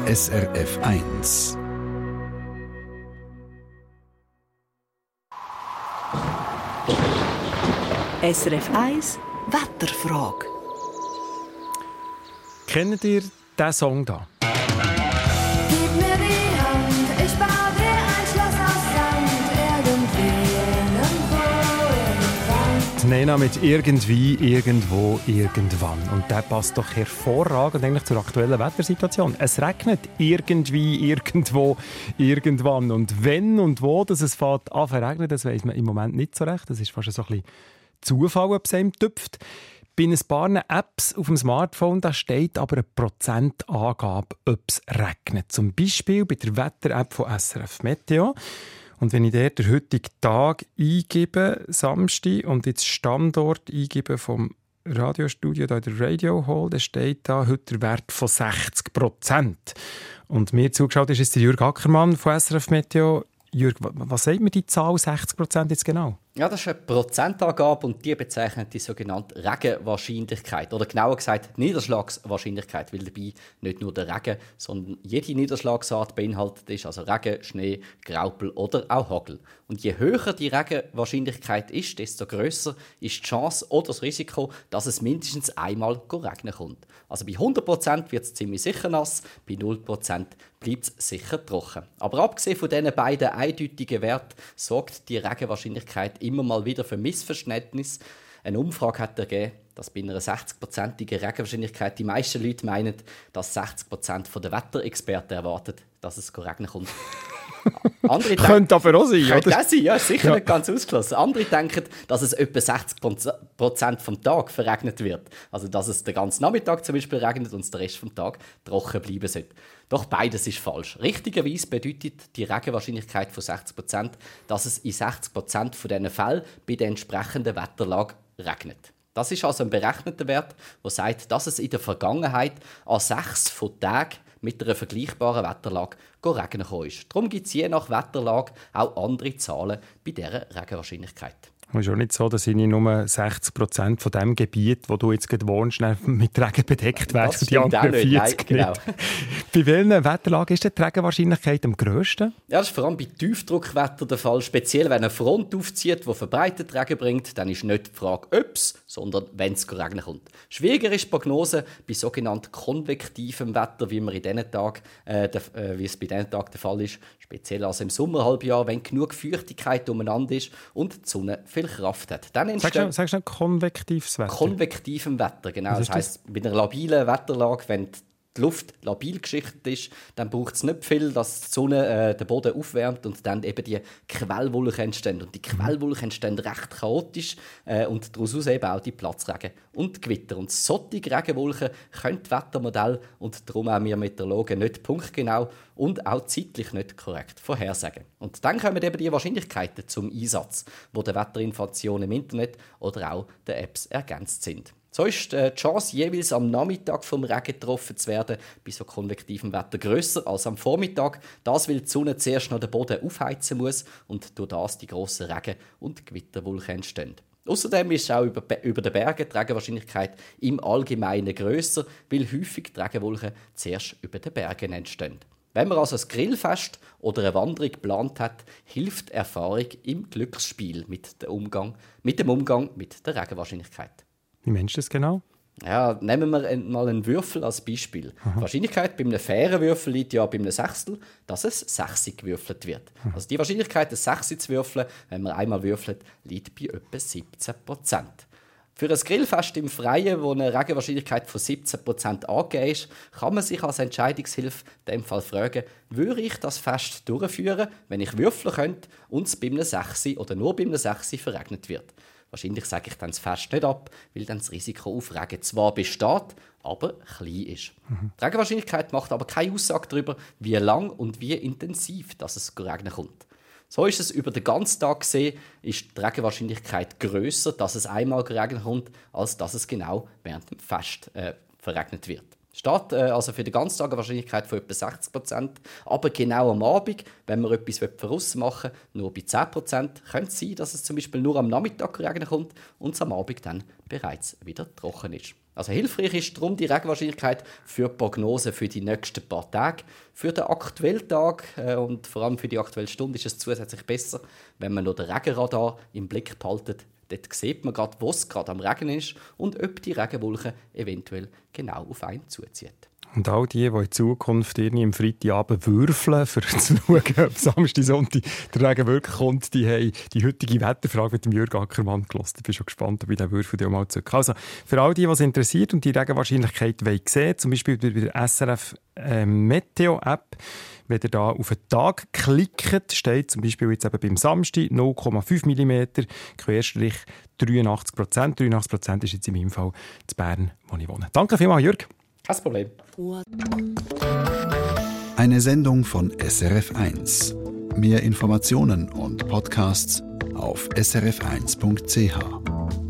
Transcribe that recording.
SRF 1. SRF 1 Wetterfrage. Kennt ihr diesen Song da? Gib mir die Hand, ich baue dir ein Schloss aus Sand. Irgendwie, irgendwo, Die Nena mit «Irgendwie, irgendwo, irgendwann». Und der passt doch hervorragend eigentlich zur aktuellen Wettersituation. Es regnet irgendwie, irgendwo, irgendwann. Und wenn und wo dass es fängt an zu regnen, das weiss man im Moment nicht so recht. Das ist fast so ein bisschen Zufall, ob es einem tüpft. Bei ein paar Apps auf dem Smartphone da steht aber eine Prozentangabe, ob es regnet. Zum Beispiel bei der Wetter-App von SRF Meteo. Und wenn ich dort den heutigen Tag eingebe, Samstag, und jetzt Standort eingebe vom Radiostudio hier in der Radio Hall, dann steht da heute der Wert von 60%. Und mir zugeschaut ist jetzt der Jürg Ackermann von SRF Meteo. Jürg, was sagt mir die Zahl 60% jetzt genau? Ja, das ist eine Prozentangabe und die bezeichnet die sogenannte Regenwahrscheinlichkeit. Oder genauer gesagt Niederschlagswahrscheinlichkeit, weil dabei nicht nur der Regen, sondern jede Niederschlagsart beinhaltet ist, also Regen, Schnee, Graupel oder auch Hagel. Und je höher die Regenwahrscheinlichkeit ist, desto grösser ist die Chance oder das Risiko, dass es mindestens einmal regnen kommt. Also bei 100% wird es ziemlich sicher nass, bei 0% bleibt es sicher trocken. Aber abgesehen von diesen beiden eindeutigen Werten sorgt die Regenwahrscheinlichkeit immer mal wieder für Missverständnis. Eine Umfrage hat ergeben, dass bei einer 60%igen Regenwahrscheinlichkeit die meisten Leute meinen, dass 60% der Wetterexperten erwarten, dass es regnen kommt. Andere Könnte aber auch sein, könnte oder? auch sein, ja, ist sicher nicht ganz ausgeschlossen. Andere denken, dass es etwa 60% vom Tag verregnet wird. Also, dass es den ganzen Nachmittag zum Beispiel regnet und der Rest vom Tag trocken bleiben sollte. Doch beides ist falsch. Richtigerweise bedeutet die Regenwahrscheinlichkeit von 60%, dass es in 60% von diesen Fällen bei der entsprechenden Wetterlage regnet. Das ist also ein berechneter Wert, der sagt, dass es in der Vergangenheit an 6 von Tagen mit einer vergleichbaren Wetterlage regnen ist. Darum gibt es je nach Wetterlage auch andere Zahlen bei dieser Regenwahrscheinlichkeit. Es ist auch nicht so, dass nur 60% von dem Gebiet, wo du jetzt gerade wohnst, mit Regen bedeckt werden. Die anderen 40 nicht. Genau. Bei welchen Wetterlagen ist die Regenwahrscheinlichkeit am grössten? Ja, das ist vor allem bei Tiefdruckwetter der Fall. Speziell, wenn eine Front aufzieht, die verbreitet Regen bringt, dann ist nicht die Frage, ob es, sondern wenn es regnen kommt. Schwieriger ist die Prognose bei sogenannten konvektivem Wetter, wie es bei diesen Tagen der Fall ist. Speziell also im Sommerhalbjahr, wenn genug Feuchtigkeit umeinander ist und die Sonne viel Kraft hat. Dann entsteht Sagst du noch konvektives Wetter? konvektivem Wetter, genau. Das heisst, bei einer labilen Wetterlage, wenn die Luft labil geschichtet ist, dann braucht es nicht viel, dass die Sonne den Boden aufwärmt und dann eben die Quellwolken entstehen. Und die Quellwolken entstehen recht chaotisch und daraus eben auch die Platzregen und Gewitter. Und solche Regenwolken können die Wettermodelle und darum auch wir Meteorologen nicht punktgenau und auch zeitlich nicht korrekt vorhersagen. Und dann kommen eben die Wahrscheinlichkeiten zum Einsatz, wo der Wetterinformationen im Internet oder auch den Apps ergänzt sind. So ist die Chance, jeweils am Nachmittag vom Regen getroffen zu werden, bei so konvektivem Wetter grösser als am Vormittag. Das, weil die Sonne zuerst noch den Boden aufheizen muss und durch das die grossen Regen- und Gewitterwolken entstehen. Außerdem ist auch über den Bergen die Regenwahrscheinlichkeit im Allgemeinen grösser, weil häufig die Regenwolken zuerst über den Bergen entstehen. Wenn man also ein Grillfest oder eine Wanderung geplant hat, hilft Erfahrung im Glücksspiel mit dem Umgang mit der Regenwahrscheinlichkeit. Wie meinst du das genau? Ja, nehmen wir mal einen Würfel als Beispiel. Die Wahrscheinlichkeit bei einem fairen Würfel liegt ja bei einem Sechstel, dass es 6 gewürfelt wird. Also die Wahrscheinlichkeit, ein 6 zu würfeln, wenn man einmal würfelt, liegt bei etwa 17%. Für ein Grillfest im Freien, wo eine Regenwahrscheinlichkeit von 17% angegeben ist, kann man sich als Entscheidungshilfe in dem Fall fragen, würde ich das Fest durchführen, wenn ich würfeln könnte und es bei einem 6 oder nur bei einem 6 verregnet wird. Wahrscheinlich sage ich dann das Fest nicht ab, weil dann das Risiko auf Regen zwar besteht, aber klein ist. Die Regenwahrscheinlichkeit macht aber keine Aussage darüber, wie lang und wie intensiv dass es regnen kommt. So ist es über den ganzen Tag gesehen, ist die Regenwahrscheinlichkeit grösser, dass es einmal regnen kommt, als dass es genau während dem Fest verregnet wird. Steht also für den ganzen Tag eine Wahrscheinlichkeit von etwa 60%, aber genau am Abend, wenn man etwas vorausmachen will, nur bei 10%, könnte es sein, dass es zum Beispiel nur am Nachmittag regnen kommt und es am Abend dann bereits wieder trocken ist. Also hilfreich ist darum die Regenwahrscheinlichkeit für die Prognose für die nächsten paar Tage. Für den aktuellen Tag und vor allem für die aktuelle Stunde ist es zusätzlich besser, wenn man noch den Regenradar im Blick behaltet. Dort sieht man gerade, wo es gerade am Regen ist und ob die Regenwolke eventuell genau auf einen zuzieht. Und all die in Zukunft irgendwie am Freitagabend würfeln, für zu schauen, ob Samstag, Sonntag der Regen wirklich kommt, die haben die heutige Wetterfrage mit dem Jürg Ackermann gehört. Ich bin schon gespannt, ob ich den Würfel mal zurück. Also, für all die, was interessiert und die Regenwahrscheinlichkeit sehen, zum Beispiel bei der SRF Meteo-App, wenn ihr da auf den Tag klickt, steht zum Beispiel jetzt eben beim Samstag 0,5 mm, Querstrich 83%. 83% ist jetzt in meinem Fall in Bern, wo ich wohne. Danke vielmals, Jürg. Kein Problem. Eine Sendung von SRF1. Mehr Informationen und Podcasts auf srf1.ch.